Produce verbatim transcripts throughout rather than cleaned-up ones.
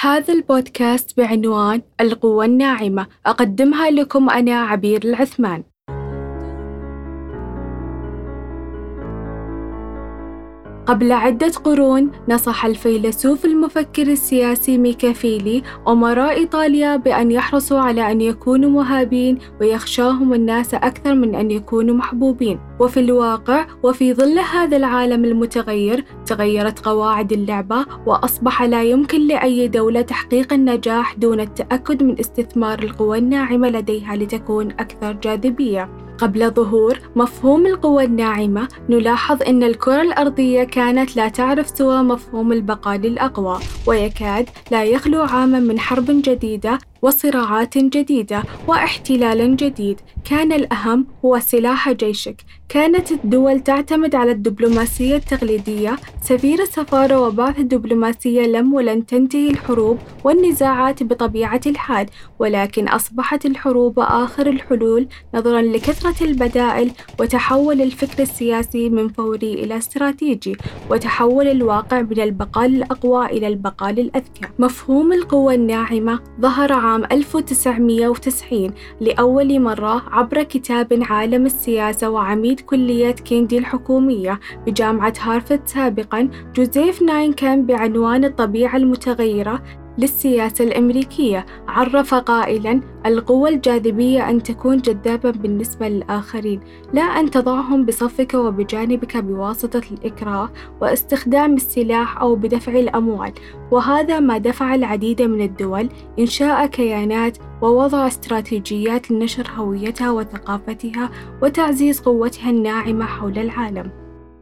هذا البودكاست بعنوان القوة الناعمة، أقدمها لكم أنا عبير العثمان. قبل عدة قرون نصح الفيلسوف المفكر السياسي ميكافيلي أمراء إيطاليا بأن يحرصوا على أن يكونوا مهابين ويخشاهم الناس أكثر من أن يكونوا محبوبين. وفي الواقع وفي ظل هذا العالم المتغير تغيرت قواعد اللعبة، وأصبح لا يمكن لأي دولة تحقيق النجاح دون التأكد من استثمار القوى الناعمة لديها لتكون أكثر جاذبية. قبل ظهور مفهوم القوى الناعمة نلاحظ أن الكرة الأرضية كانت لا تعرف سوى مفهوم البقاء للأقوى، ويكاد لا يخلو عاماً من حرب جديدة وصراعات جديدة واحتلال جديد. كان الأهم هو سلاح جيشك. كانت الدول تعتمد على الدبلوماسية التقليدية، سفير السفارة وبعث دبلوماسية. لم ولن تنتهي الحروب والنزاعات بطبيعة الحال، ولكن أصبحت الحروب آخر الحلول نظراً لكثرة البدائل، وتحول الفكر السياسي من فوري إلى استراتيجي، وتحول الواقع من البقاء للأقوى إلى البقاء للأذكى. مفهوم القوة الناعمة ظهر عام ألف وتسعمائة وتسعين لأول مرة عبر كتاب عالم السياسة وعميد كلية كيندي الحكومية بجامعة هارفارد سابقاً جوزيف ناينكام بعنوان الطبيعة المتغيرة للسياسة الأمريكية. عرف قائلاً: القوة الجاذبية أن تكون جذاباً بالنسبة للآخرين، لا أن تضعهم بصفك وبجانبك بواسطة الإكراه واستخدام السلاح أو بدفع الأموال. وهذا ما دفع العديد من الدول إنشاء كيانات ووضع استراتيجيات لنشر هويتها وثقافتها وتعزيز قوتها الناعمة حول العالم.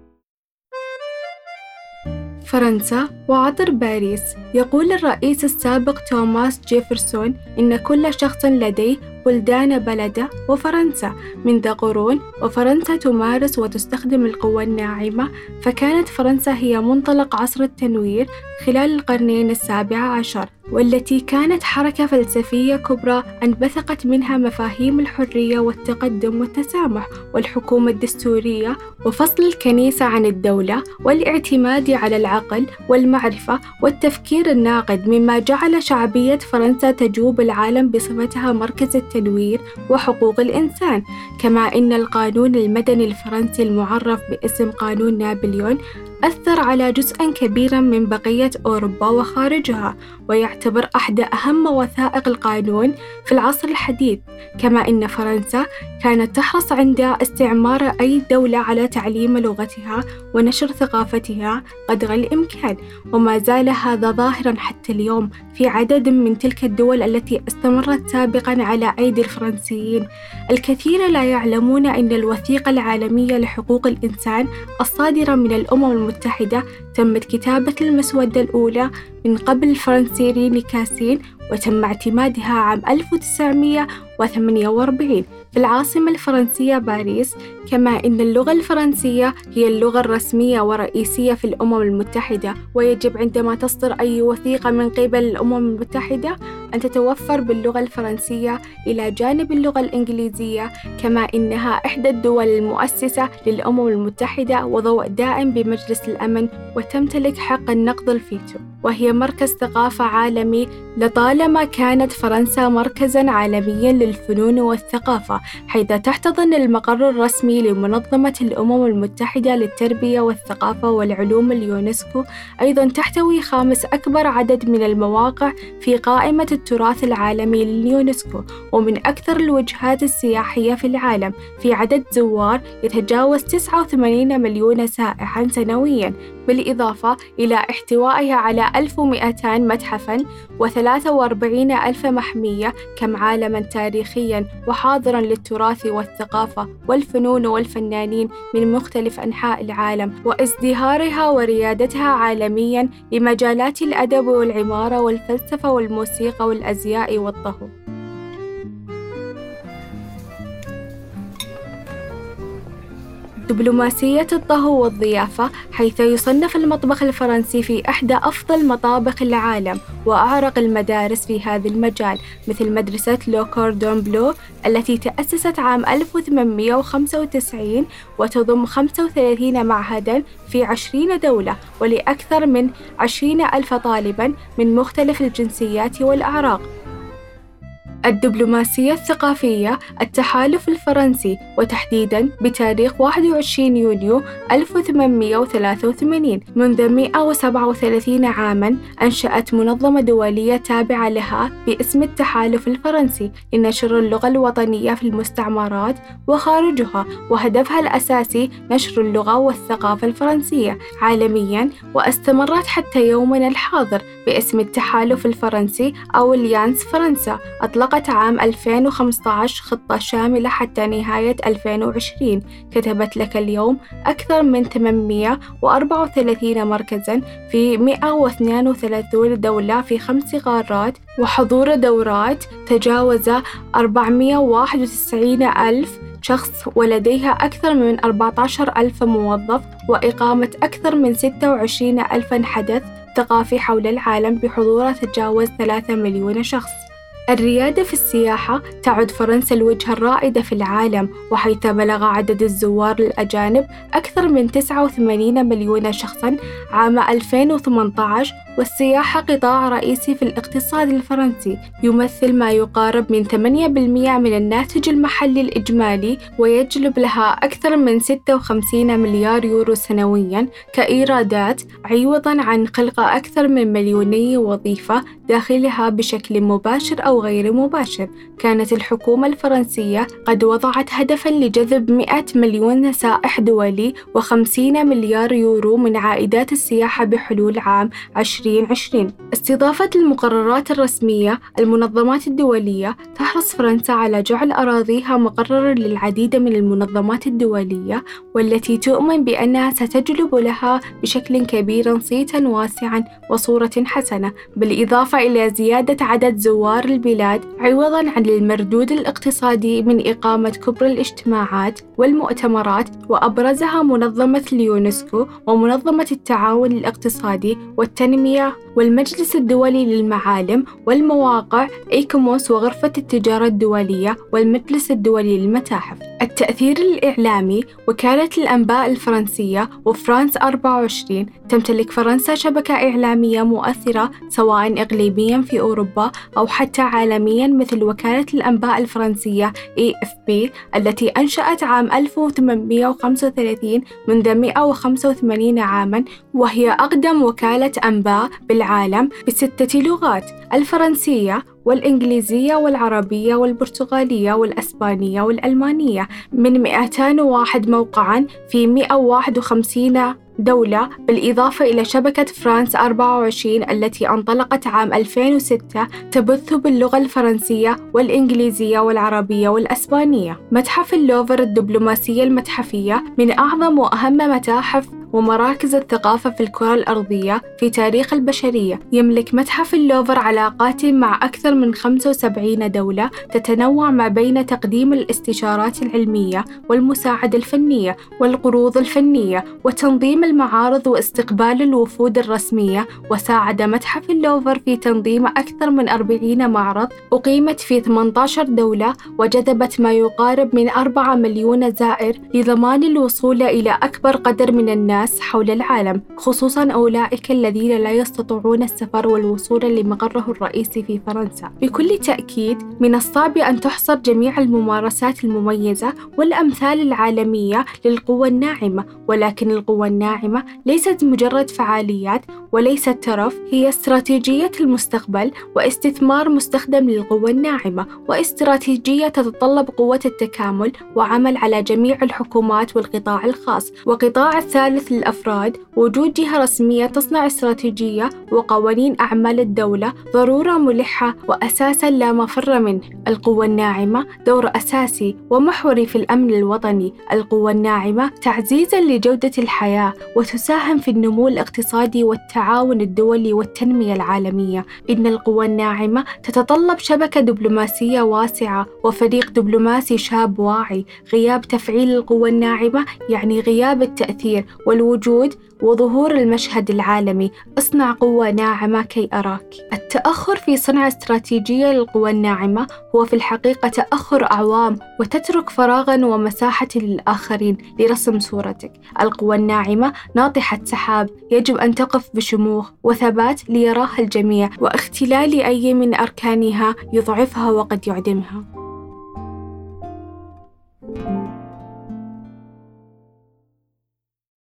فرنسا وعطر باريس. يقول الرئيس السابق توماس جيفرسون إن كل شخص لديه بلدان بلده وفرنسا منذ قرون، وفرنسا تمارس وتستخدم القوى الناعمة. فكانت فرنسا هي منطلق عصر التنوير خلال القرنين السابع عشر، والتي كانت حركة فلسفية كبرى انبثقت منها مفاهيم الحرية والتقدم والتسامح والحكومة الدستورية وفصل الكنيسة عن الدولة والاعتماد على العقل والمعرفة والتفكير الناقد، مما جعل شعبية فرنسا تجوب العالم بصفتها مركز التنوير وحقوق الإنسان. كما إن القانون المدني الفرنسي المعرف باسم قانون نابليون أثر على جزء كبير من بقية أوروبا وخارجها، ويعتبر أحد أهم وثائق القانون في العصر الحديث. كما إن فرنسا كانت تحرص عند استعمار أي دولة على تعليم لغتها ونشر ثقافتها قدر الإمكان، وما زال هذا ظاهرا حتى اليوم في عدد من تلك الدول التي استمرت سابقا على أيدي الفرنسيين. الكثير لا يعلمون أن الوثيقة العالمية لحقوق الإنسان الصادرة من الأمم المتحدة تمت كتابة المسودة الأولى من قبل فرانسيس نيكاسين، وتم اعتمادها عام ألف وتسعمائة وثمانية وأربعين في العاصمة الفرنسية باريس. كما إن اللغة الفرنسية هي اللغة الرسمية ورئيسية في الأمم المتحدة، ويجب عندما تصدر أي وثيقة من قبل الأمم المتحدة أن تتوفر باللغة الفرنسية إلى جانب اللغة الإنجليزية. كما إنها إحدى الدول المؤسسة للأمم المتحدة وضوء دائم بمجلس الأمن، وتمتلك حق النقض الفيتو، وهي مركز ثقافة عالمي. لطالما كانت فرنسا مركزاً عالمياً للفنون والثقافة، حيث تحتضن المقر الرسمي لمنظمة الأمم المتحدة للتربية والثقافة والعلوم اليونسكو. أيضاً تحتوي خامس أكبر عدد من المواقع في قائمة التراث العالمي لليونسكو، ومن أكثر الوجهات السياحية في العالم، في عدد زوار يتجاوز تسعة وثمانين مليون سائحاً سنوياً، بالإضافة إلى احتوائها على ألف ومئتين متحفاً وثلاثة وأربعين ألف محمية. كم عالماً تاريخياً وحاضراً للتراث والثقافة والفنون والفنانين من مختلف أنحاء العالم، وازدهارها وريادتها عالمياً لمجالات الأدب والعمارة والفلسفة والموسيقى والأزياء والطهو. دبلوماسية الطهو والضيافة، حيث يصنف المطبخ الفرنسي في إحدى أفضل مطابخ العالم وأعرق المدارس في هذا المجال، مثل مدرسة لو كوردون بلو التي تأسست عام ألف وثمانمئة وخمسة وتسعين وتضم خمسة وثلاثين معهداً في عشرين دولة ولأكثر من عشرين ألف طالباً من مختلف الجنسيات والأعراق. الدبلوماسية الثقافية، التحالف الفرنسي، وتحديداً بتاريخ واحد وعشرين يونيو ألف وثمانمئة وثلاثة وثمانين. منذ مئة وسبعة وثلاثين عاماً أنشأت منظمة دولية تابعة لها باسم التحالف الفرنسي لنشر اللغة الوطنية في المستعمرات وخارجها، وهدفها الأساسي نشر اللغة والثقافة الفرنسية عالمياً، واستمرت حتى يومنا الحاضر باسم التحالف الفرنسي أو اليانس فرنسا. أطلقت عام ألفين وخمسة عشر خطة شاملة حتى نهاية ألفين وعشرين كتبت لك اليوم أكثر من ثمانمئة وأربعة وثلاثين مركزاً في مئة واثنين وثلاثين دولة في خمس قارات، وحضور دورات تجاوز أربعمئة وواحد وتسعين ألف شخص، ولديها أكثر من أربعة عشر ألف موظف، وإقامة أكثر من ستة وعشرين ألف حدث ثقافي حول العالم بحضور تجاوز ثلاثة مليون شخص. الريادة في السياحة، تعد فرنسا الوجهة الرائدة في العالم، وحيث بلغ عدد الزوار الأجانب أكثر من تسعة وثمانين مليون شخصاً عام ألفين وثمانية عشر. والسياحة قطاع رئيسي في الاقتصاد الفرنسي، يمثل ما يقارب من ثمانية بالمئة من الناتج المحلي الإجمالي، ويجلب لها أكثر من ستة وخمسين مليار يورو سنوياً كإيرادات، عوضاً عن خلق أكثر من مليوني وظيفة داخلها بشكل مباشر أو غير مباشر. كانت الحكومة الفرنسية قد وضعت هدفاً لجذب مئة مليون سائح دولي وخمسين مليار يورو من عائدات السياحة بحلول عام عشرين عشرين. استضافة المقررات الرسمية، المنظمات الدولية، تحرص فرنسا على جعل أراضيها مقرراً للعديد من المنظمات الدولية، والتي تؤمن بأنها ستجلب لها بشكل كبير صيتاً واسعاً وصورة حسنة، بالإضافة إلى زيادة عدد زوار البلاد، عوضاً عن المردود الاقتصادي من إقامة كبرى الاجتماعات والمؤتمرات، وأبرزها منظمة اليونسكو ومنظمة التعاون الاقتصادي والتنمية والمجلس الدولي للمعالم والمواقع إيكوموس وغرفة التجارة الدولية والمجلس الدولي للمتاحف. التأثير الإعلامي، وكالة الأنباء الفرنسية وفرانس أربعة وعشرين. تمتلك فرنسا شبكة إعلامية مؤثرة سواء إقليمياً في أوروبا أو حتى عالمياً، مثل وكالة الأنباء الفرنسية إيه إف بي التي أنشأت عام ألف وثمانمئة وخمسة وثلاثين منذ مئة وخمسة وثمانين عاماً، وهي أقدم وكالة أنباء بالعالم بستة لغات: الفرنسية والإنجليزية والعربية والبرتغالية والأسبانية والألمانية، من مئتين وواحد موقعاً في مئة وواحد وخمسين دولة، بالإضافة إلى شبكة فرانس أربعة وعشرين التي انطلقت عام ألفين وستة تبث باللغة الفرنسية والإنجليزية والعربية والأسبانية. متحف اللوفر الدبلوماسية المتحفية من أعظم وأهم متاحف ومراكز الثقافة في الكرة الأرضية في تاريخ البشرية. يملك متحف اللوفر علاقات مع أكثر من خمسة وسبعين دولة، تتنوع ما بين تقديم الاستشارات العلمية والمساعدة الفنية والقروض الفنية وتنظيم المعارض واستقبال الوفود الرسمية. وساعد متحف اللوفر في تنظيم أكثر من أربعين معرض أقيمت في ثمانية عشر دولة، وجذبت ما يقارب من أربعة مليون زائر لضمان الوصول إلى أكبر قدر من الناس حول العالم، خصوصاً أولئك الذين لا يستطيعون السفر والوصول لمقره الرئيسي في فرنسا. بكل تأكيد من الصعب أن تحصر جميع الممارسات المميزة والأمثال العالمية للقوى الناعمة، ولكن القوى الناعمة ليست مجرد فعاليات وليست ترف، هي استراتيجية المستقبل واستثمار مستخدم للقوى الناعمة، واستراتيجية تتطلب قوة التكامل وعمل على جميع الحكومات والقطاع الخاص. وقطاع الثالث التكاتف للأفراد، وجود جهة رسمية تصنع استراتيجية وقوانين أعمال الدولة ضرورة ملحة وأساساً لا مفر منه. القوة الناعمة دور أساسي ومحوري في الأمن الوطني. القوة الناعمة تعزيزاً لجودة الحياة وتساهم في النمو الاقتصادي والتعاون الدولي والتنمية العالمية. إن القوى الناعمة تتطلب شبكة دبلوماسية واسعة وفريق دبلوماسي شاب واعي. غياب تفعيل القوى الناعمة يعني غياب التأثير والوجود وظهور المشهد العالمي. اصنع قوة ناعمة كي أراك. التأخر في صنع استراتيجية للقوى الناعمة هو في الحقيقة تأخر أعوام وتترك فراغاً ومساحة للآخرين لرسم صورتك. القوى الناعمة ناطحة سحاب يجب أن تقف بشموخ وثبات ليراها الجميع، واختلال أي من أركانها يضعفها وقد يعدمها.